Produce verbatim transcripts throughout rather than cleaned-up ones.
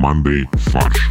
командой «Фарш».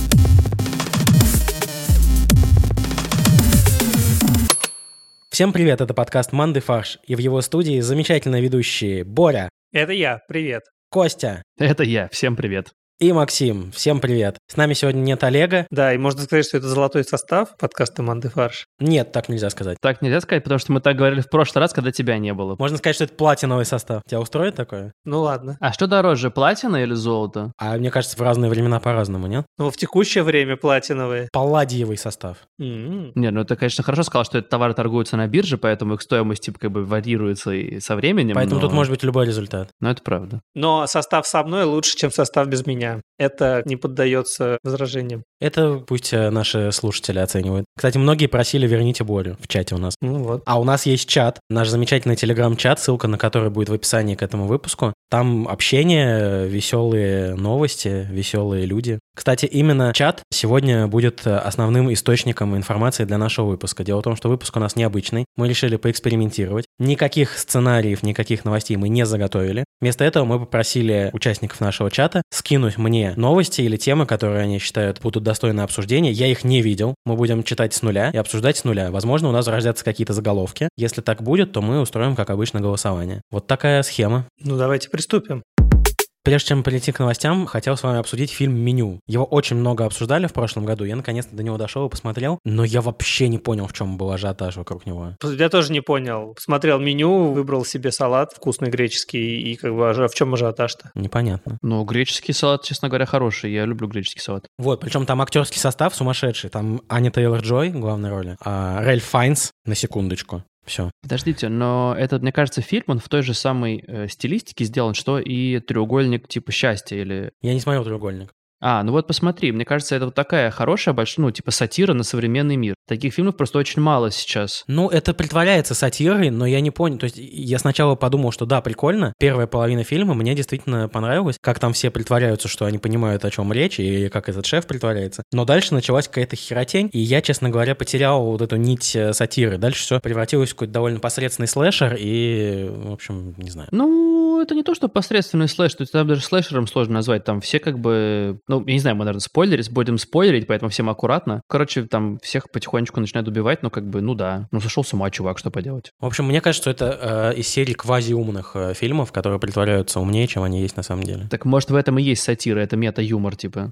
Всем привет, это подкаст «Манды Фарш», и в его студии замечательные ведущие Боря. Это я, привет. Костя. Это я, всем привет. И Максим. Всем привет. С нами сегодня нет Олега. Да, и можно сказать, что это золотой состав подкаста «Манды Фарш». Нет, так нельзя сказать. Так нельзя сказать, потому что мы так говорили в прошлый раз, когда тебя не было. Можно сказать, что это платиновый состав. Тебя устроит такое? Ну ладно. А что дороже, платина или золото? А мне кажется, в разные времена по-разному, нет? Ну, в текущее время платиновые. Палладиевый состав. Mm-hmm. Не, ну ты, конечно, хорошо сказал, что этот товар торгуется на бирже, поэтому их стоимость типа как бы варьируется и со временем. Поэтому но... тут может быть любой результат. Ну, это правда. Но состав со мной лучше, чем состав без меня. Это не поддается возражениям. Это пусть наши слушатели оценивают. Кстати, многие просили «верните Борю» в чате у нас. Ну вот. А у нас есть чат, наш замечательный телеграм-чат, ссылка на который будет в описании к этому выпуску. Там общение, веселые новости, веселые люди. Кстати, именно чат сегодня будет основным источником информации для нашего выпуска. Дело в том, что выпуск у нас необычный. Мы решили поэкспериментировать. Никаких сценариев, никаких новостей мы не заготовили. Вместо этого мы попросили участников нашего чата скинуть мне новости или темы, которые они считают будут достойны обсуждения. Я их не видел. Мы будем читать с нуля и обсуждать с нуля. Возможно, у нас родятся какие-то заголовки. Если так будет, то мы устроим, как обычно, голосование. Вот такая схема. Ну, давайте приступим. Прежде чем перейти к новостям, хотел с вами обсудить фильм «Меню». Его очень много обсуждали в прошлом году, я наконец-то до него дошел и посмотрел, но я вообще не понял, в чем был ажиотаж вокруг него. Я тоже не понял. Посмотрел меню, выбрал себе салат вкусный греческий, и как бы а в чем ажиотаж-то? Непонятно. Ну, греческий салат, честно говоря, хороший, я люблю греческий салат. Вот, причем там актерский состав сумасшедший, там Аня Тейлор-Джой в главной роли, а Рэльф Файнс, на секундочку. Все. Подождите, но этот, мне кажется, фильм, он в той же самой э, стилистике сделан, что и «Треугольник типа счастья» или... Я не смотрел «Треугольник». А, ну вот посмотри, мне кажется, это вот такая хорошая, большая, ну, типа сатира на современный мир. Таких фильмов просто очень мало сейчас. Ну, это притворяется сатирой, но я не понял. То есть я сначала подумал, что да, прикольно. Первая половина фильма мне действительно понравилась. Как там все притворяются, что они понимают, о чем речь, и как этот шеф притворяется. Но дальше началась какая-то херотень, и я, честно говоря, потерял вот эту нить сатиры. Дальше все превратилось в какой-то довольно посредственный слэшер, и, в общем, не знаю. Ну, это не то, что посредственный слэш, то есть там даже слэшером сложно назвать. Там все как бы... Ну, я не знаю, мы, наверное, спойлерить, будем спойлерить, поэтому всем аккуратно. Короче, там всех потихонечку начинают убивать, но как бы, ну да, ну сошел с ума чувак, что поделать. В общем, мне кажется, что это э, из серии квазиумных э, фильмов, которые притворяются умнее, чем они есть на самом деле. Так может в этом и есть сатира, это мета-юмор типа.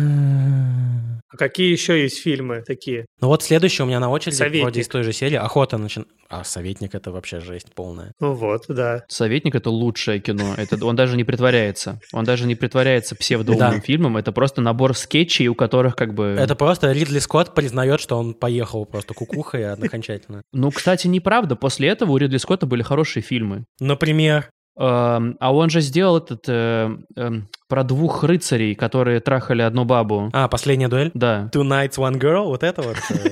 А-а-а. А какие еще есть фильмы такие? Ну вот следующий у меня на очереди, «Советник». вроде из той же серии, «Охота начинает». А «Советник» — это вообще жесть полная. Ну вот, да. «Советник» — это лучшее кино. Это, он даже не притворяется. Он даже не притворяется псевдоумным Да. фильмом. Это просто набор скетчей, у которых как бы... Это просто Ридли Скотт признает, что он поехал просто кукухой окончательно. Ну, кстати, неправда. После этого у Ридли Скотта были хорошие фильмы. Например? Эм, а он же сделал этот... э, эм, про двух рыцарей, которые трахали одну бабу. А, «Последняя дуэль»? Да. «Two Nights, One Girl», вот это вот. э.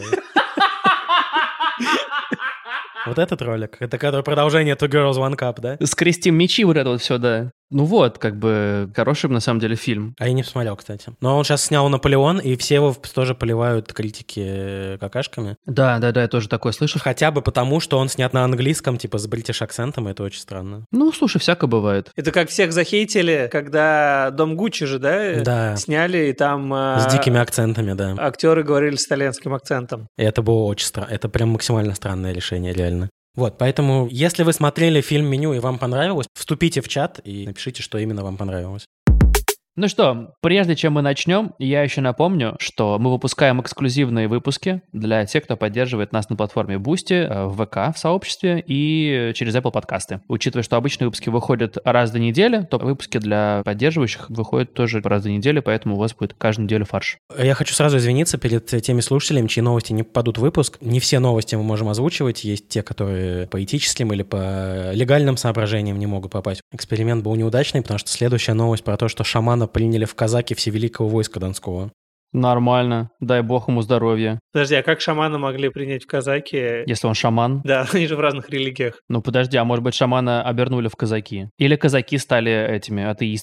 Вот этот ролик. Это который продолжение «Two Girls, One Cup», да? Скрестим мечи, вот это вот все, да. Ну вот, как бы, хороший на самом деле фильм. А я не посмотрел, кстати. Но он сейчас снял «Наполеон», и все его тоже поливают критики какашками. Да, да, да, я тоже такое слышу. Хотя бы потому, что он снят на английском, типа с бритиш-акцентом, это очень странно. Ну, слушай, всякое бывает. Это как всех захейтили, когда «Дом Гуччи» же, да? Да. Сняли, и там... С дикими акцентами, да. Актеры говорили с итальянским акцентом. И это было очень странно. Это прям максимально странное решение, реально. Вот, поэтому, если вы смотрели фильм «Меню» и вам понравилось, вступите в чат и напишите, что именно вам понравилось. Ну что, прежде чем мы начнем, я еще напомню, что мы выпускаем эксклюзивные выпуски для тех, кто поддерживает нас на платформе Boosty, в ВК, в сообществе и через Apple подкасты. Учитывая, что обычные выпуски выходят раз в неделю, то выпуски для поддерживающих выходят тоже раз в неделю, поэтому у вас будет каждую неделю фарш. Я хочу сразу извиниться перед теми слушателями, чьи новости не попадут в выпуск. Не все новости мы можем озвучивать. Есть те, которые по этическим или по легальным соображениям не могут попасть. Эксперимент был неудачный, потому что следующая новость про то, что шамана приняли в казаки Всевеликого войска Донского. Нормально. Дай бог ему здоровья. Подожди, а как шамана могли принять в казаки? Если он шаман. Да, они же в разных религиях. Ну подожди, а может быть шамана обернули в казаки? Или казаки стали этими атеистами?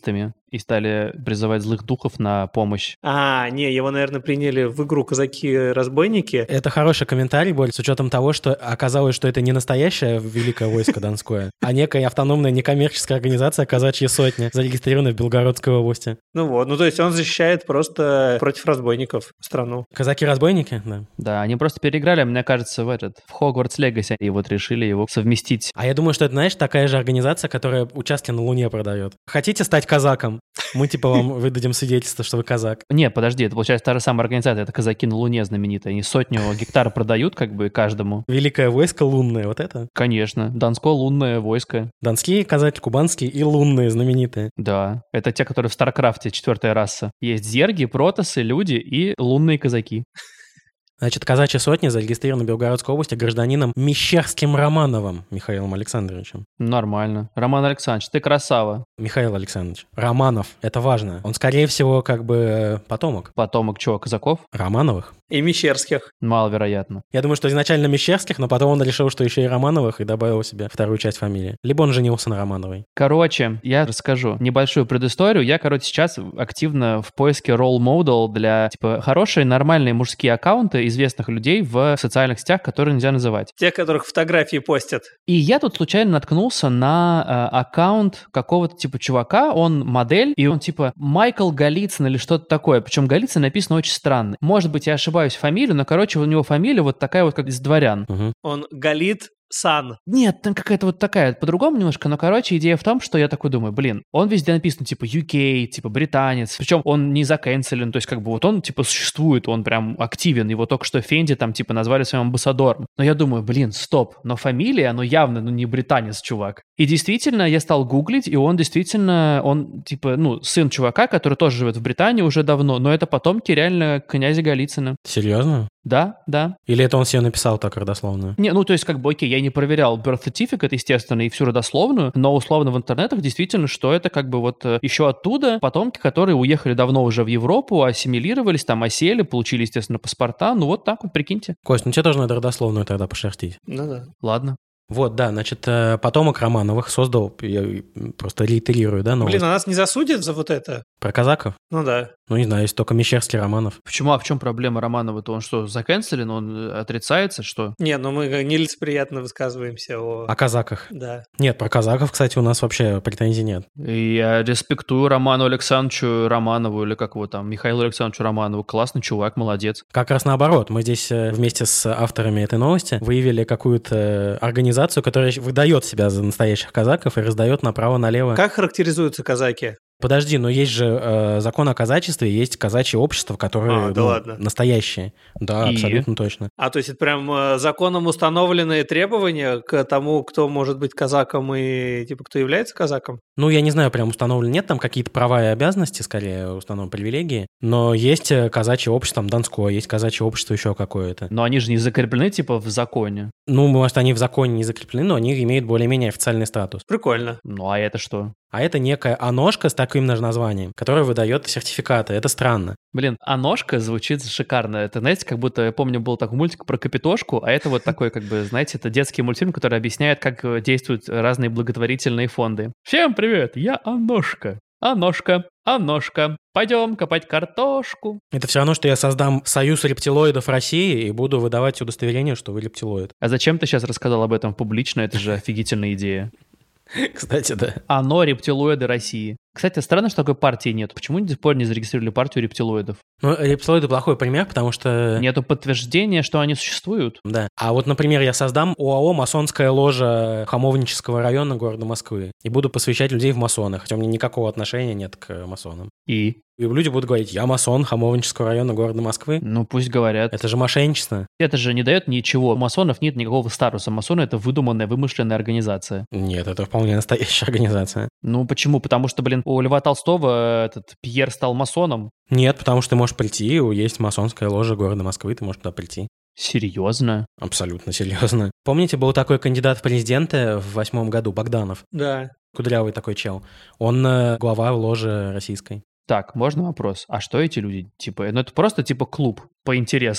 и стали призывать злых духов на помощь. А, не, его, наверное, приняли в игру «Казаки-разбойники». Это хороший комментарий, Боль, с учетом того, что оказалось, что это не настоящее великое войско Донское, а некая автономная некоммерческая организация «Казачья сотня», зарегистрированная в Белгородской области. Ну вот, ну то есть он защищает просто против разбойников страну. Казаки-разбойники, да. Да, они просто переиграли, мне кажется, в этот, в Хогвартс Легаси, и вот решили его совместить. А я думаю, что это, знаешь, такая же организация, которая участки на Луне продает. Хотите стать казаком? Мы типа вам выдадим свидетельство, что вы казак. Не, подожди, это получается та же самая организация, это «Казаки на Луне» знаменитые. Они сотню гектар продают как бы каждому. Великое войско лунное, вот это? Конечно, Донское лунное войско. Донские казаки, кубанские и лунные знаменитые. Да, это те, которые в Старкрафте, четвертая раса. Есть зерги, протосы, люди и лунные казаки. Значит, казачья сотня зарегистрирована в Белгородской области гражданином Мещерским Романовым Михаилом Александровичем. Нормально. Роман Александрович, ты красава. Михаил Александрович. Романов. Это важно. Он, скорее всего, как бы потомок. Потомок чего, казаков? Романовых. И Мещерских. Маловероятно. Я думаю, что изначально Мещерских, но потом он решил, что еще и Романовых, и добавил себе вторую часть фамилии. Либо он женился на Романовой. Короче, я расскажу небольшую предысторию. Я, короче, сейчас активно в поиске role model для, типа, хорошие, нормальные мужские аккаунты известных людей в социальных сетях, которые нельзя называть. Тех, которых фотографии постят. И я тут случайно наткнулся на э, аккаунт какого-то типа чувака, он модель, и он типа Майкл Голицын или что-то такое. Причем Голицын написано очень странно. Может быть, я ошибаюсь в фамилию, но, короче, у него фамилия вот такая вот, как из дворян. Угу. Он Галит Сан. Нет, там какая-то вот такая, по-другому немножко, но, короче, идея в том, что я такой думаю, блин, он везде написан, типа, ю кей, типа, британец, причем он не заканцелен, то есть, как бы, вот он, типа, существует, он прям активен, его только что Фенди там, типа, назвали своим амбассадором. Но я думаю, блин, стоп, но фамилия, оно явно, ну, не британец, чувак. И действительно, я стал гуглить, и он действительно, он, типа, ну, сын чувака, который тоже живет в Британии уже давно, но это потомки реально князя Голицына. Серьезно? Да, да. Или это он себе написал так родословно? Не, ну, то есть, как бы, окей, я не проверял birth certificate, естественно, и всю родословную, но условно в интернетах действительно, что это как бы вот еще оттуда потомки, которые уехали давно уже в Европу, ассимилировались, там осели, получили, естественно, паспорта, ну вот так вот, прикиньте. Кость, ну тебе тоже надо родословную тогда пошерстить. Ну да. Ладно. Вот, да, значит, потомок Романовых создал, я просто реитерирую, да, новость. Блин, а нас не засудят за вот это? Про казаков? Ну да. Ну, не знаю, есть только Мещерский Романов. Почему? А в чем проблема Романова-то? Он что, заканцелен? Он отрицается? Что? Не, ну мы нелицеприятно высказываемся о... О казаках? Да. Нет, про казаков, кстати, у нас вообще претензий нет. Я респектую Роману Александровичу Романову, или как его там, Михаилу Александровичу Романову. Классный чувак, молодец. Как раз наоборот. Мы здесь вместе с авторами этой новости выявили какую-то организацию, которая выдает себя за настоящих казаков и раздает направо-налево. Как характеризуются казаки? Подожди, но есть же э, закон о казачестве, есть казачье общество, которые А, да ну, ладно. настоящие. Да, И? абсолютно точно. А, то есть это прям э, законом установленные требования к тому, кто может быть казаком и, типа, кто является казаком? Ну, я не знаю, прям установлено. Нет там какие-то права и обязанности, скорее, установлены привилегии. Но есть казачье общество, там, Донское, есть казачье общество еще какое-то. Но они же не закреплены, типа, в законе. Ну, может, они в законе не закреплены, но они имеют более-менее официальный статус. Прикольно. Ну, а это что? А это некая оношка с таким же названием, которая выдает сертификаты. Это странно. Блин, а ножка звучит шикарно. Это, знаете, как будто, я помню, был такой мультик про Капитошку, а это вот такой, как бы, знаете, это детский мультфильм, который объясняет, как действуют разные благотворительные фонды. Всем привет, я Аношка. Аношка, Аношка, пойдем копать картошку. Это все равно, что я создам союз рептилоидов России и буду выдавать удостоверение, что вы рептилоид. А зачем ты сейчас рассказал об этом публично? Это же офигительная идея. Кстати, да. Оно рептилоиды России. Кстати, странно, что такой партии нет. Почему до сих пор не зарегистрировали партию рептилоидов? Ну, рептилоиды плохой пример, потому что... Нету подтверждения, что они существуют. Да. А вот, например, я создам ОАО «Масонская ложа Хамовнического района города Москвы и буду посвящать людей в масоны, хотя у меня никакого отношения нет к масонам. И? И люди будут говорить, я масон Хамовнического района города Москвы. Ну, пусть говорят. Это же мошенничество. Это же не дает ничего. У масонов нет никакого статуса. Масоны — это выдуманная, вымышленная организация. Нет, это вполне настоящая организация. Ну, почему? Потому что, блин, у Льва Толстого этот Пьер стал масоном. Нет, потому что ты можешь прийти, есть масонская ложа города Москвы, ты можешь туда прийти. Серьезно? Абсолютно серьезно. Помните, был такой кандидат в президенты в восьмом году, Богданов? Да. Кудрявый такой чел. Он э, глава ложи российской. Так, можно вопрос? А что эти люди? Типа, ну это просто типа клуб по интересам.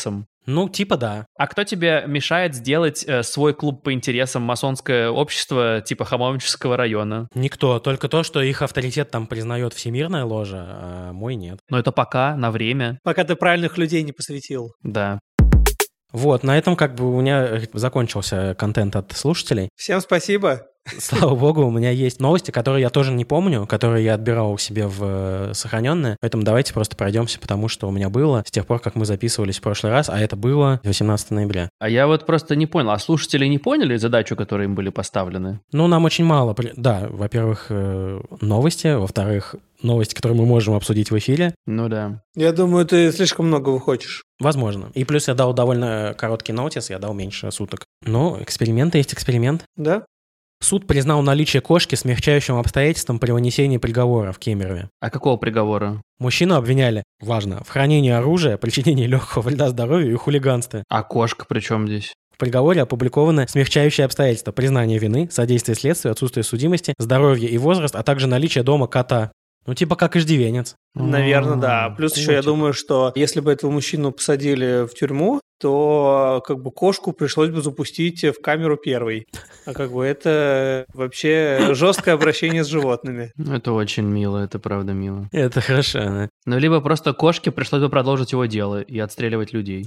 Ну, типа да. А кто тебе мешает сделать э, свой клуб по интересам масонское общество типа Хамовнического района? Никто, только то, что их авторитет там признает всемирная ложа, а мой нет. Но это пока, на время. Пока ты правильных людей не посвятил. Да. Вот, на этом как бы у меня закончился контент от слушателей. Всем спасибо. Слава богу, у меня есть новости, которые я тоже не помню, которые я отбирал себе в сохраненные. Поэтому давайте просто пройдемся, потому что у меня было с тех пор, как мы записывались в прошлый раз, а это было восемнадцатого ноября. А я вот просто не понял, а слушатели не поняли задачу, которую им были поставлены? Ну, нам очень мало. Да, во-первых, новости, во-вторых, новости, которые мы можем обсудить в эфире. Ну да. Я думаю, ты слишком многого хочешь. Возможно. И плюс я дал довольно короткий нотис, я дал меньше суток. Но эксперименты есть эксперимент. Да? Суд признал наличие кошки смягчающим обстоятельством при вынесении приговора в Кемерове. А какого приговора? Мужчину обвиняли, важно, в хранении оружия, причинении легкого вреда здоровью и хулиганстве. А кошка при чем здесь? В приговоре опубликованы смягчающие обстоятельства: признание вины, содействие следствию, отсутствие судимости, здоровье и возраст, а также наличие дома кота. Ну, типа как иждивенец. Наверное, да. Плюс еще я думаю, что если бы этого мужчину посадили в тюрьму, то как бы кошку пришлось бы запустить в камеру первой. А как бы это вообще жесткое обращение с животными. Это очень мило, это правда мило. Это хорошо, да. Ну, либо просто кошке пришлось бы продолжить его дело и отстреливать людей.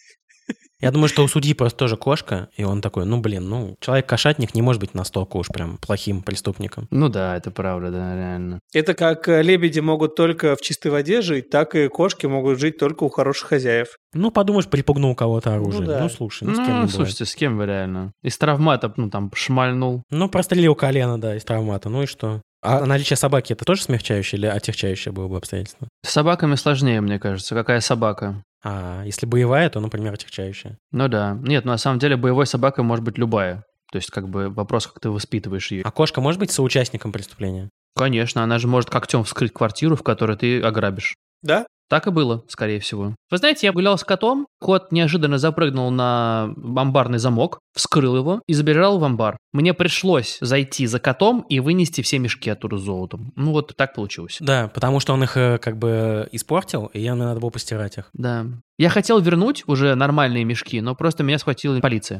Я думаю, что у судьи просто тоже кошка, и он такой, ну, блин, ну, человек-кошатник не может быть настолько уж прям плохим преступником. Ну да, это правда, да, реально. Это как лебеди могут только в чистой воде жить, так и кошки могут жить только у хороших хозяев. Ну, подумаешь, припугнул кого-то оружием. Ну, Ну, да. ну слушай, ну, с кем Ну, не бывает. слушайте, с кем вы реально? Из травмата, ну, там, шмальнул. Ну, прострелил колено, да, из травмата, ну и что? А наличие собаки — это тоже смягчающее или отягчающее было бы обстоятельство? С собаками сложнее, мне кажется. Какая собака? А если боевая, то, например, отягчающая. Ну да. Нет, ну, на самом деле боевой собакой может быть любая. То есть, как бы, вопрос, как ты воспитываешь ее. А кошка может быть соучастником преступления? Конечно, она же может когтем вскрыть квартиру, в которой ты ограбишь. Да? Так и было, скорее всего. Вы знаете, я гулял с котом, кот неожиданно запрыгнул на амбарный замок, вскрыл его и забежал в амбар. Мне пришлось зайти за котом и вынести все мешки оттуда с золотом. Ну вот так получилось. Да, потому что он их э, как бы испортил, и мне надо было постирать их. Да. Я хотел вернуть уже нормальные мешки, но просто меня схватила полиция.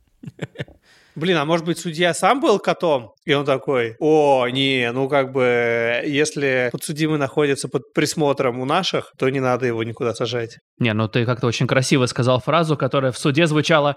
Блин, а может быть, судья сам был котом? И он такой, о, не, ну как бы, если подсудимый находится под присмотром у наших, то не надо его никуда сажать. Не, ну ты как-то очень красиво сказал фразу, которая в суде звучала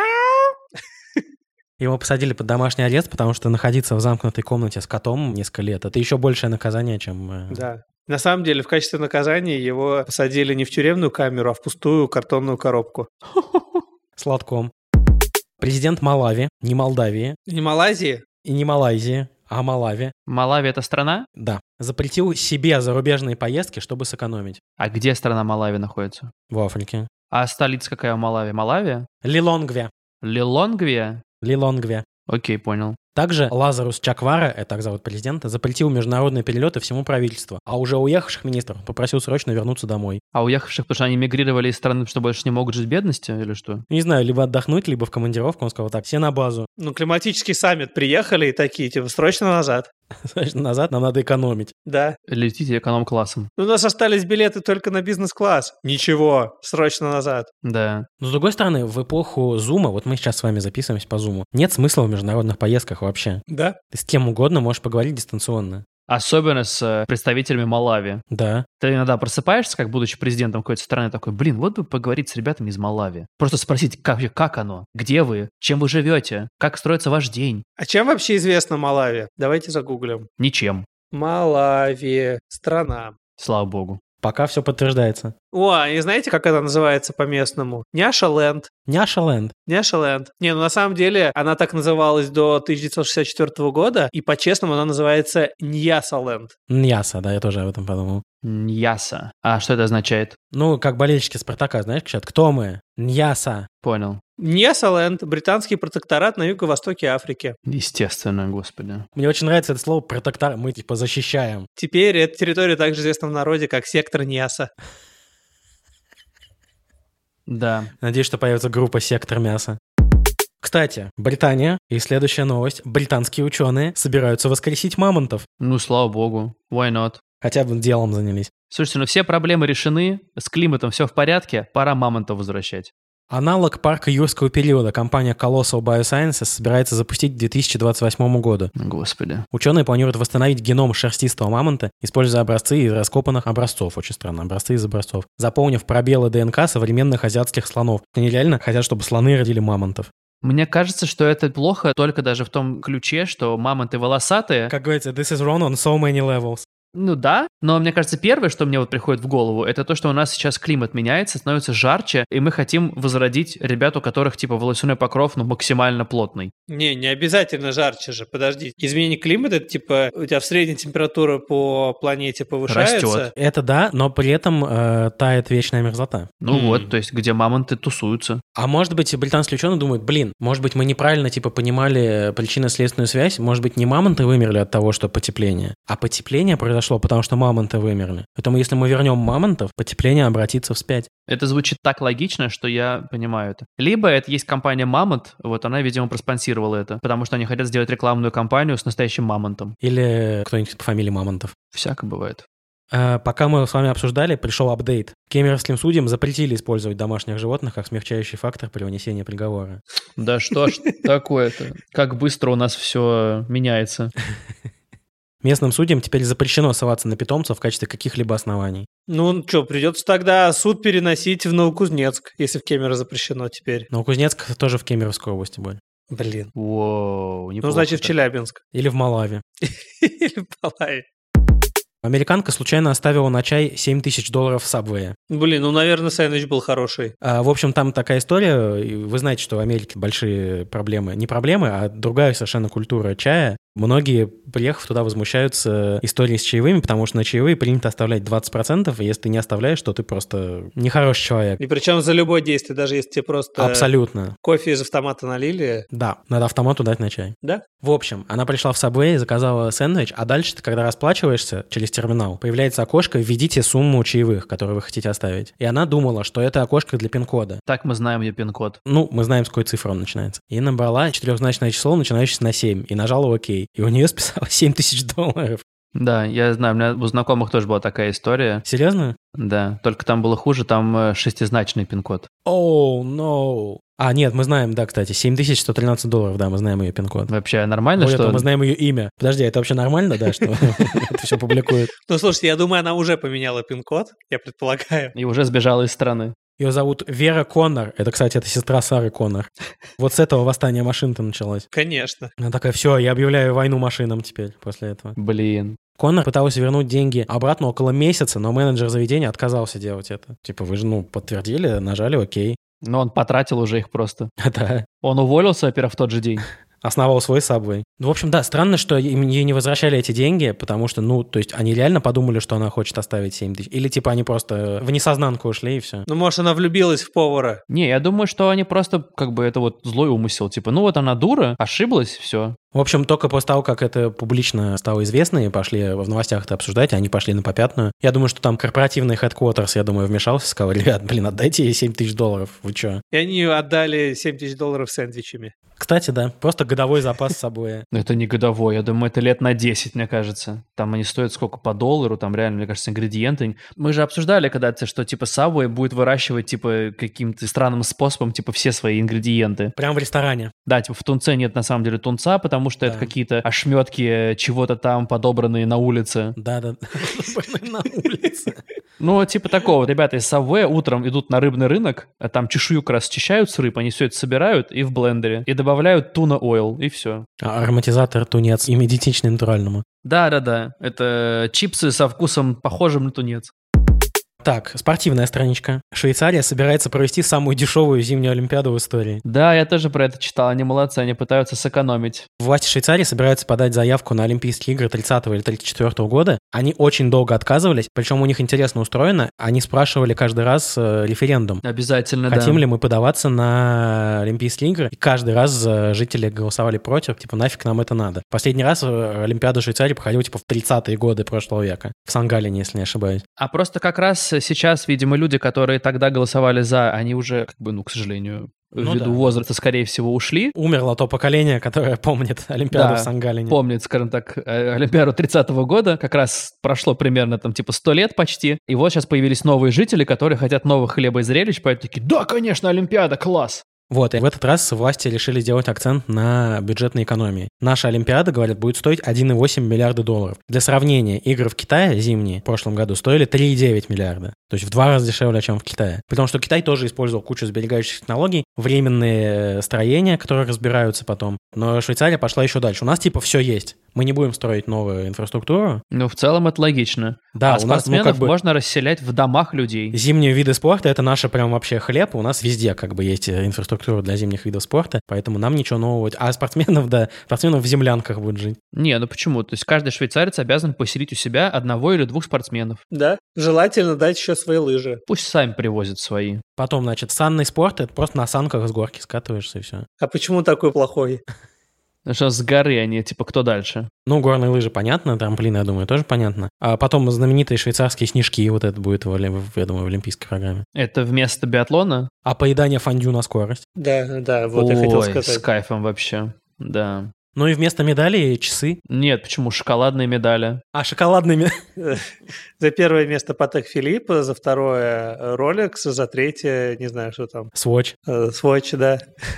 Его посадили под домашний арест, потому что находиться в замкнутой комнате с котом несколько лет — это еще большее наказание, чем... э, Да. На самом деле, в качестве наказания его посадили не в тюремную камеру, а в пустую картонную коробку. сладком. Президент Малави, не Молдавии Не Малайзии? и не Малайзии, а Малави, Малави это страна? да, запретил себе зарубежные поездки, чтобы сэкономить А где страна Малави находится? в Африке. А столица какая у Малави? Малави? Лилонгве, Лилонгвия? Лилонгве. Окей, понял. Также Лазарус Чаквара, это так зовут президента, запретил международные перелеты всему правительству, а уже уехавших министров попросил срочно вернуться домой. А уехавших, потому что они мигрировали из страны, что больше не могут жить в бедности или что? Не знаю, либо отдохнуть, либо в командировку. Он сказал так, все на базу. Ну, климатический саммит приехали и такие, типа, срочно назад. Срочно назад, нам надо экономить. Да. Летите эконом-классом. У нас остались билеты только на бизнес-класс. Ничего, срочно назад. Да. Но с другой стороны, в эпоху Зума, вот мы сейчас с вами записываемся по Зуму, нет смысла в международных поездках вообще. Да? Ты с кем угодно можешь поговорить дистанционно. Особенно с э, представителями Малави. Да. Ты иногда просыпаешься, как будучи президентом какой-то страны, такой, блин, вот бы поговорить с ребятами из Малави. Просто спросить, как, как оно, где вы, чем вы живете, как строится ваш день. А чем вообще известна Малави? Давайте загуглим. Ничем, Малави. Страна. слава богу. Пока все подтверждается. О, а не знаете, как она называется по-местному? Няшаленд. Няшаленд. Няшаленд. Не, ну на самом деле она так называлась до тысяча девятьсот шестьдесят четвёртого года, и по-честному она называется Ньясаленд. Ньяса, да, я тоже об этом подумал. Ньяса. А что это означает? Ну, как болельщики Спартака, знаешь, кричат, кто мы? Ньяса. Понял. Ньясаленд — британский протекторат на юго-востоке Африки. Естественно, господи. Мне очень нравится это слово протектор. Мы типа защищаем. Теперь эта территория также известна в народе как сектор Ньяса. Да. Надеюсь, что появится группа «Сектор мяса». Кстати, Британия, и следующая новость. Британские ученые собираются воскресить мамонтов. Ну, слава богу. Why not? Хотя бы делом занялись. Слушайте, ну все проблемы решены, с климатом все в порядке, пора мамонтов возвращать. Аналог парка юрского периода компания Colossal Biosciences собирается запустить к две тысячи двадцать восьмому году. Господи. Ученые планируют восстановить геном шерстистого мамонта, используя образцы из раскопанных образцов. Очень странно, образцы из образцов. Заполнив пробелы ДНК современных азиатских слонов. Они реально хотят, чтобы слоны родили мамонтов. Мне кажется, что это плохо только даже в том ключе, что мамонты волосатые. Как говорится, this is wrong on so many levels. Ну да, но мне кажется, первое, что мне вот приходит в голову, это то, что у нас сейчас климат меняется, становится жарче, и мы хотим возродить ребят, у которых типа волосяной покров, ну, максимально плотный. Не, не обязательно жарче же, подожди. Изменение климата, это типа у тебя в среднем температура по планете повышается. Растет. Это да, но при этом э, тает вечная мерзлота. Ну Mm. вот, то есть где мамонты тусуются. А может быть, британские ученые думают, блин, может быть, мы неправильно типа понимали причинно-следственную связь, может быть, не мамонты вымерли от того, что потепление, а потепление произошло, потому что мамонты вымерли. Поэтому если мы вернем мамонтов, потепление обратится вспять. Это звучит так логично, что я понимаю это. Либо это есть компания Мамонт, вот она, видимо, проспонсировала это, потому что они хотят сделать рекламную кампанию с настоящим мамонтом. Или кто-нибудь по фамилии Мамонтов. Всяко бывает. А, пока мы с вами обсуждали, пришел апдейт. Кемеровским судьям запретили использовать домашних животных как смягчающий фактор при вынесении приговора. Да что ж такое-то? Как быстро у нас все меняется. Местным судьям теперь запрещено ссылаться на питомцев в качестве каких-либо оснований. Ну что, придется тогда суд переносить в Новокузнецк, если в Кемерово запрещено теперь. Новокузнецк тоже в Кемеровской области будет. Блин. Воу, неплохо. Ну, значит, в Челябинск. Или в Малави. Или в Палаве. Американка случайно оставила на чай семь тысяч долларов в Subway. Блин, ну, наверное, сэндвич был хороший. А, в общем, там такая история. и Вы знаете, что в Америке большие проблемы. Не проблемы, а другая совершенно культура чая. Многие, приехав туда, возмущаются историей с чаевыми, потому что на чаевые принято оставлять двадцать процентов, и если ты не оставляешь, то ты просто нехороший человек. И причем за любое действие, даже если тебе просто Абсолютно. кофе из автомата налили. Да, надо автомату дать на чай. Да? В общем, она пришла в Subway, заказала сэндвич, а дальше ты, когда расплачиваешься через терминал, появляется окошко «Введите сумму чаевых, которые вы хотите оставить». И она думала, что это окошко для пин-кода. Так мы знаем ее пин-код. Ну, мы знаем, с какой цифры он начинается. И набрала четырехзначное число, начинающееся на семь, и нажала «Ок». И у нее списалось семь тысяч долларов. Да, я знаю, у меня у знакомых тоже была такая история. Серьезно? Да, только там было хуже, там э, шестизначный пин-код. Оу, oh, no. А, нет, мы знаем, да, кстати, семь тысяч сто тринадцать долларов, да, мы знаем ее пин-код. Вообще нормально, Более что... того, мы знаем ее имя. Подожди, это вообще нормально, да, что это все публикуют? Ну, слушайте, я думаю, она уже поменяла пин-код, я предполагаю. И уже сбежала из страны. Ее зовут Вера Коннор. Это, кстати, это сестра Сары Коннор. Вот с этого восстание машин-то началось. Конечно. Она такая, все, я объявляю войну машинам теперь после этого. Блин. Коннор пыталась вернуть деньги обратно около месяца, но менеджер заведения отказался делать это. Типа, вы же, ну, подтвердили, нажали окей. Но он потратил уже их просто. Да. Он уволился, во-первых, в тот же день. Основал свой Subway. Ну, в общем, да, странно, что им ей не возвращали эти деньги, потому что, ну, то есть они реально подумали, что она хочет оставить семь тысяч. Или, типа, они просто в несознанку ушли, и все. Ну, может, она влюбилась в повара. Не, я думаю, что они просто, как бы, это вот злой умысел. Типа, ну вот она дура, ошиблась, все. В общем, только после того, как это публично стало известно, и пошли в новостях это обсуждать, они пошли на попятную. Я думаю, что там корпоративный headquarters, я думаю, вмешался, сказал, ребят, блин, отдайте ей семь тысяч долларов, вы чё? И они отдали семь тысяч долларов сэндвичами. Кстати, да, просто годовой запас с собой. Но это не годовой, я думаю, это лет на десять, мне кажется. Там они стоят сколько по доллару, там реально, мне кажется, ингредиенты. Мы же обсуждали когда-то, что типа Subway будет выращивать типа каким-то странным способом типа все свои ингредиенты. Прямо в ресторане. Да, типа в тунце нет на самом деле тунца, потому что Да. это какие-то ошметки чего-то там, подобранные на улице. Да-да, на улице. Ну, типа такого. Ребята из Subway утром идут на рыбный рынок, а там чешую как раз счищают с рыб, они все это собирают и в блендере, и добавляют туна-ойл, и все. А ароматизатор тунец, идентичный натуральному. Да-да-да, это чипсы со вкусом похожим на тунец. Так, спортивная страничка. Швейцария собирается провести самую дешевую зимнюю Олимпиаду в истории. Да, я тоже про это читал, они молодцы, они пытаются сэкономить. Власти Швейцарии собираются подать заявку на Олимпийские игры тридцатого или тридцать четвёртого года. Они очень долго отказывались, причем у них интересно устроено. Они спрашивали каждый раз э, референдум. Обязательно, Хотим да. ли мы подаваться на Олимпийские игры? И каждый раз э, жители голосовали против, типа, нафиг нам это надо. Последний раз э, Олимпиада Швейцарии проходила, типа, в тридцатые годы прошлого века. В Сан-Галлене, если не ошибаюсь. А просто как раз сейчас, видимо, люди, которые тогда голосовали за, они уже, как бы, ну, к сожалению, ввиду ну, да. возраста, скорее всего, ушли. Умерло то поколение, которое помнит Олимпиаду да, в Сан-Галине. помнит, скажем так, Олимпиаду тридцатого года. Как раз прошло примерно там типа сто лет почти. И вот сейчас появились новые жители, которые хотят новых хлеба и зрелищ, поэтому такие, да, конечно, Олимпиада, класс! Вот, и в этот раз власти решили сделать акцент на бюджетной экономии. Наша Олимпиада, говорят, будет стоить один целых восемь десятых миллиарда долларов. Для сравнения, игры в Китае зимние в прошлом году стоили три целых девять десятых миллиарда. То есть в два раза дешевле, чем в Китае. Потому что Китай тоже использовал кучу сберегающих технологий, временные строения, которые разбираются потом. Но Швейцария пошла еще дальше. У нас типа все есть. Мы не будем строить новую инфраструктуру. Ну, в целом это логично. Да, а у спортсменов нас, ну, как бы можно расселять в домах людей. Зимние виды спорта — это наше прям вообще хлеб. У нас везде как бы есть инфраструктура для зимних видов спорта, поэтому нам ничего нового. А спортсменов, да, спортсменов в землянках будут жить. Не, ну почему? То есть каждый швейцарец обязан поселить у себя одного или двух спортсменов. Да, желательно дать еще свои лыжи. Пусть сами привозят свои. Потом, значит, санный спорт — это просто на санках с горки скатываешься и все. А почему такой плохой? Потому что с горы они, типа, кто дальше? Ну, горные лыжи, понятно, трамплины, я думаю, тоже понятно. А потом знаменитые швейцарские снежки, вот это будет, в, я думаю, в олимпийской программе. Это вместо биатлона? А поедание фондю на скорость? Да, да, вот Ой, я хотел сказать. С кайфом вообще, да. Ну и вместо медалей часы. Нет, почему? Шоколадные медали. А, шоколадными. За первое место Патек Филипп, за второе Rolex, за третье, не знаю, что там. Swatch. Swatch, да.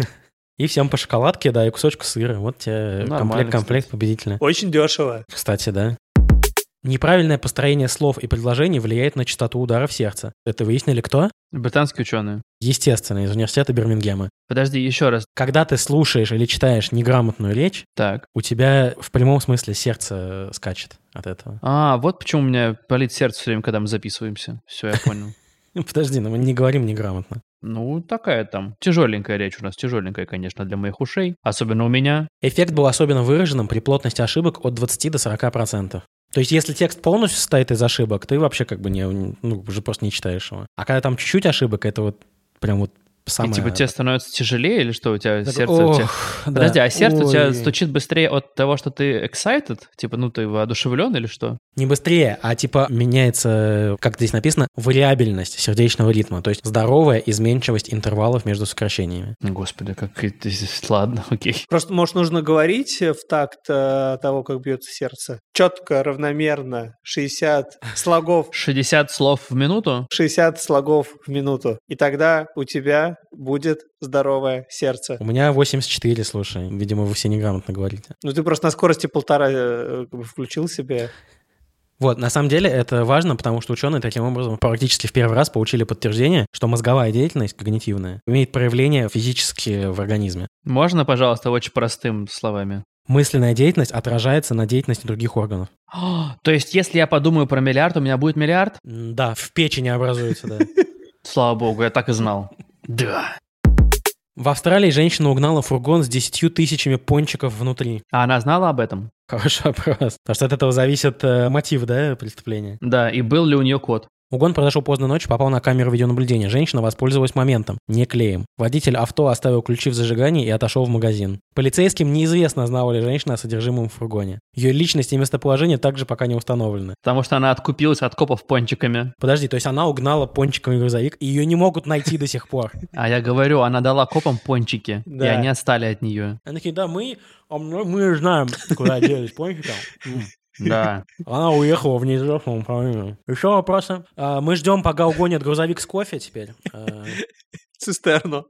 И всем по шоколадке, да, и кусочку сыра. Вот тебе комплект-комплект победителя. Очень дешево. Кстати, да. Неправильное построение слов и предложений влияет на частоту ударов сердца. Это выяснили кто? Британские ученые. Естественно, из университета Бирмингема. Подожди, еще раз. Когда ты слушаешь или читаешь неграмотную речь, так. у тебя в прямом смысле сердце скачет от этого. А, вот почему у меня болит сердце все время, когда мы записываемся. Все, я понял. Подожди, но мы не говорим неграмотно. Ну, такая там тяжеленькая речь у нас, тяжеленькая, конечно, для моих ушей, особенно у меня. Эффект был особенно выраженным при плотности ошибок от двадцати до сорока процентов. То есть, если текст полностью состоит из ошибок, ты вообще как бы не, ну, уже просто не читаешь его. А когда там чуть-чуть ошибок, это вот прям вот самое... И типа тебе становится тяжелее или что? У тебя так, сердце... Ох, у тебя... да. Подожди, а сердце Ой. у тебя стучит быстрее от того, что ты excited? Типа, ну ты воодушевлен или что? Не быстрее, а типа меняется, как здесь написано, вариабельность сердечного ритма. То есть здоровая изменчивость интервалов между сокращениями. Господи, как это... Ладно, окей. Просто, может, нужно говорить в такт э, того, как бьется сердце. Четко, равномерно, шестьдесят слогов. шестьдесят слов в минуту? шестьдесят слогов в минуту. И тогда у тебя будет здоровое сердце. У меня восемьдесят четыре, слушай. Видимо, вы все неграмотно говорите. Ну, ты просто на скорости полтора э, включил себе... Вот, на самом деле это важно, потому что ученые таким образом практически в первый раз получили подтверждение, что мозговая деятельность, когнитивная, имеет проявление физически в организме. Можно, пожалуйста, очень простым словами? Мысленная деятельность отражается на деятельности других органов. То есть, если я подумаю про миллиард, у меня будет миллиард? Да, в печени образуется, да. Слава богу, я так и знал. Да. В Австралии женщина угнала фургон с десятью тысячами пончиков внутри. А она знала об этом? Хороший вопрос. Потому что от этого зависит э, мотив, да, преступления. Да, и был ли у нее код? Угон произошел поздно ночью, попал на камеру видеонаблюдения. Женщина воспользовалась моментом, не клеем. Водитель авто оставил ключи в зажигании и отошел в магазин. Полицейским неизвестно, знала ли женщина о содержимом в фургоне. Ее личность и местоположение также пока не установлены. Потому что она откупилась от копов пончиками. Подожди, то есть она угнала пончиковый грузовик, и ее не могут найти до сих пор. А я говорю, она дала копам пончики, и они отстали от нее. Они такие, да, мы, мы знаем, куда делись пончики. Да. Она уехала в неизвестном направлении. Еще вопросы? А, мы ждем, пока угонят грузовик с кофе теперь. Цистерну.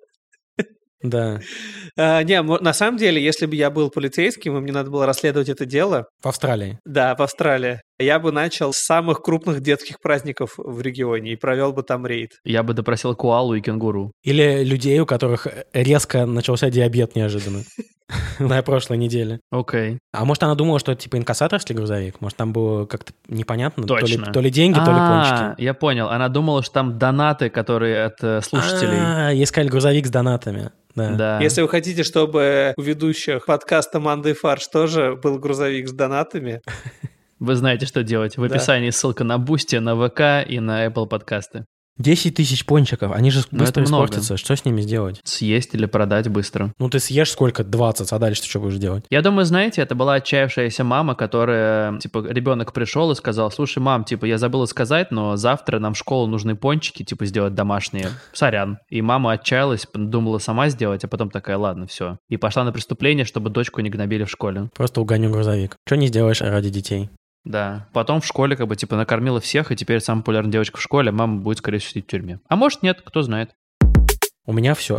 Да. А, не, на самом деле, если бы я был полицейским, и мне надо было расследовать это дело... В Австралии? Да, в Австралии. Я бы начал с самых крупных детских праздников в регионе и провел бы там рейд. Я бы допросил коалу и кенгуру. Или людей, у которых резко начался диабет неожиданно. На прошлой неделе. Окей. А может, она думала, что это типа инкассаторский грузовик? Может, там было как-то непонятно? Точно. То ли деньги, то ли пончики. Я понял. Она думала, что там донаты, которые от слушателей. А, ей сказали грузовик с донатами. Да. Да. Если вы хотите, чтобы у ведущих подкаста «Манда и фарш» тоже был грузовик с донатами... Вы знаете, что делать. В описании ссылка на Boosty, на ВК и на Apple подкасты. десять тысяч пончиков, они же Ну, быстро это много. испортятся. Что с ними сделать? Съесть или продать быстро. Ну, ты съешь сколько? двадцать, а дальше ты что будешь делать? Я думаю, знаете, это была отчаявшаяся мама, которая, типа, ребенок пришел и сказал: слушай, мам, типа, я забыла сказать, но завтра нам в школу нужны пончики, типа, сделать домашние. Сорян. И мама отчаялась, думала сама сделать, а потом такая: ладно, все. И пошла на преступление, чтобы дочку не гнобили в школе. Просто угоню грузовик. Что не сделаешь ради детей? Да. Потом в школе, как бы, типа, накормила всех, и теперь самая популярная девочка в школе, а мама будет, скорее всего, сидеть в тюрьме. А может, нет, кто знает. У меня все.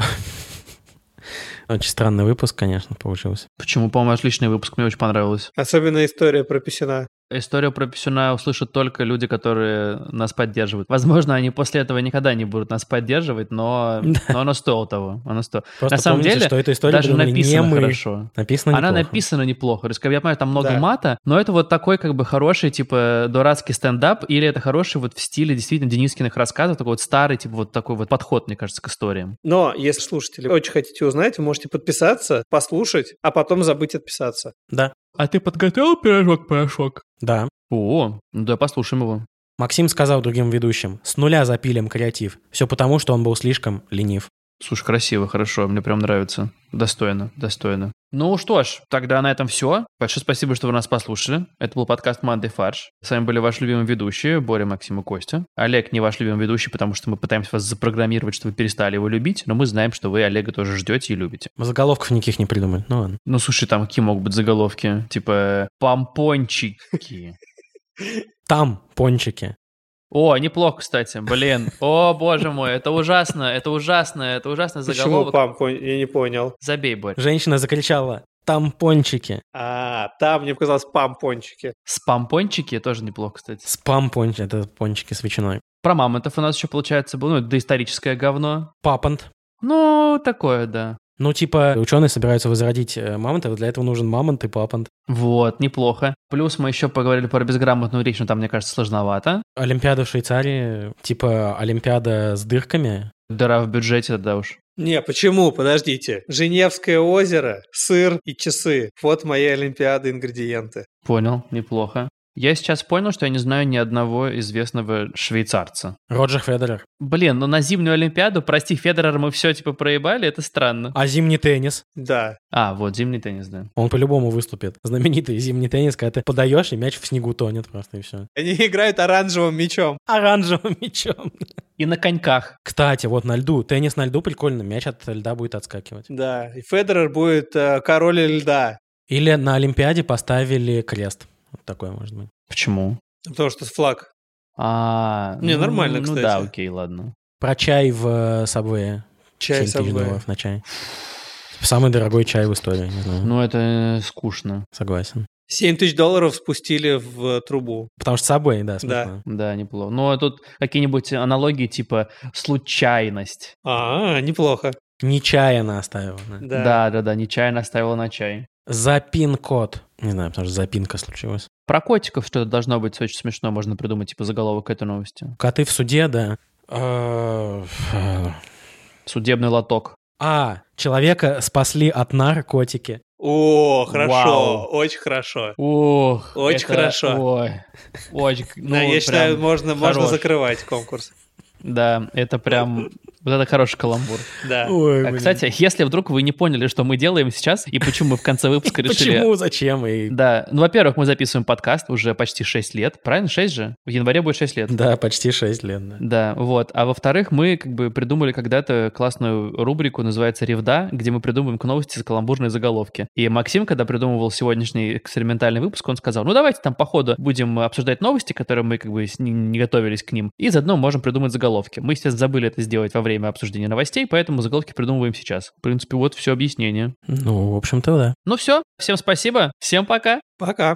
Очень странный выпуск, конечно, получился. Почему, по-моему, отличный выпуск, мне очень понравилось. Особенно история про писюна. Историю про писюна услышат только люди, которые нас поддерживают. Возможно, они после этого никогда не будут нас поддерживать, но, но оно стоило того. Оно стоило. Просто На самом помните, деле, что эта история даже придумали написано не мы. хорошо. Написано Она неплохо. написана неплохо. То есть, я понимаю, там много Да. мата, но это вот такой как бы хороший, типа, дурацкий стендап, или это хороший вот в стиле действительно Денискиных рассказов, такой вот старый, типа, вот такой вот подход, мне кажется, к историям. Но если слушатели очень хотите узнать, вы можете подписаться, послушать, а потом забыть отписаться. Да. А ты подготовил пирожок-порошок? Да. О, ну да, послушаем его. Максим сказал другим ведущим: с нуля запилим креатив. Все потому, что он был слишком ленив. Слушай, красиво, хорошо, мне прям нравится. Достойно, достойно. Ну что ж, тогда на этом все. Большое спасибо, что вы нас послушали. Это был подкаст «Манды фарш». С вами были ваши любимые ведущие Боря, Максим и Костя. Олег не ваш любимый ведущий, потому что мы пытаемся вас запрограммировать, что вы перестали его любить, но мы знаем, что вы Олега тоже ждете и любите. Мы заголовков никаких не придумали. Ну ладно. Ну слушай, там какие могут быть заголовки? Типа «Помпончики». Там пончики. О, неплохо, кстати. Блин. О, боже мой, это ужасно, это ужасно, это ужасный Почему, заголовок. пам, пон- я не понял. Забей, Борь. Женщина закричала: там пончики. А, там мне показалось пам-пончики. Спампончики тоже неплохо, кстати. Спам пончики. Это пончики с ветчиной. Про мамонтов у нас еще, получается, было, ну, доисторическое говно. Папант. Ну, такое, да. Ну, типа, ученые собираются возродить э, мамонтов, для этого нужен мамонт и папант. Вот, неплохо. Плюс мы еще поговорили про безграмотную речь, но там, мне кажется, сложновато. Олимпиада в Швейцарии, типа Олимпиада с дырками. Дыра в бюджете, да уж. Не, почему? Подождите. Женевское озеро, сыр и часы. Вот мои олимпиады ингредиенты. Понял, неплохо. Я сейчас понял, что я не знаю ни одного известного швейцарца. Роджер Федерер. Блин, ну на зимнюю Олимпиаду, прости, Федерера мы все типа проебали, это странно. А зимний теннис? Да. А, вот, зимний теннис, да. Он по-любому выступит. Знаменитый зимний теннис, когда ты подаешь, и мяч в снегу тонет просто, и все. Они играют оранжевым мячом. Оранжевым мячом. И на коньках. Кстати, вот на льду. Теннис на льду прикольно. Мяч от льда будет отскакивать. Да. И Федерер будет э, король льда. Или на Олимпиаде поставили крест. Вот такое может быть. Почему? Потому что флаг. А, Не, ну, нормально, ну, кстати. да, окей, ладно. Про чай в Сабвее. Чай семь тысяч Subway. долларов на чай. Самый дорогой чай в истории, не знаю. Ну, это скучно. Согласен. семь тысяч долларов спустили в трубу. Потому что Subway, да, Да. смешно. Да, неплохо. Ну, а тут какие-нибудь аналогии типа случайность. А, неплохо. Нечаянно оставил. Да. Да. Да, да, да, нечаянно оставила на чай. Запин-код. Не знаю, потому что запинка случилась. Про котиков что-то должно быть очень смешно, можно придумать, типа заголовок этой новости. Коты в суде, да. А, Судебный лоток. А, человека спасли от наркотики. О, хорошо. Вау. Очень хорошо. Ох, Очень это- хорошо. Ой, очень, ну, Да, я прям считаю, можно, можно хорош. закрывать конкурс. Да, это прям, вот это хороший каламбур. Да. Ой, А, блин. кстати, если вдруг вы не поняли, что мы делаем сейчас, и почему мы в конце выпуска решили... Почему, зачем и... Да, ну, во-первых, мы записываем подкаст уже почти шесть лет, правильно? шесть же? В январе будет шесть лет. Да, почти шесть лет, да. Да, вот. А во-вторых, мы как бы придумали когда-то классную рубрику, называется «Ревда», где мы придумываем к новости каламбурные заголовки. И Максим, когда придумывал сегодняшний экспериментальный выпуск, он сказал: ну давайте там по ходу будем обсуждать новости, которые мы как бы с- не- не готовились к ним, и заодно можем придумать заголовки. Мы, естественно, забыли это сделать во время обсуждения новостей, поэтому заголовки придумываем сейчас. В принципе, вот все объяснение. Ну, в общем-то, да. Ну все, всем спасибо, всем пока. Пока.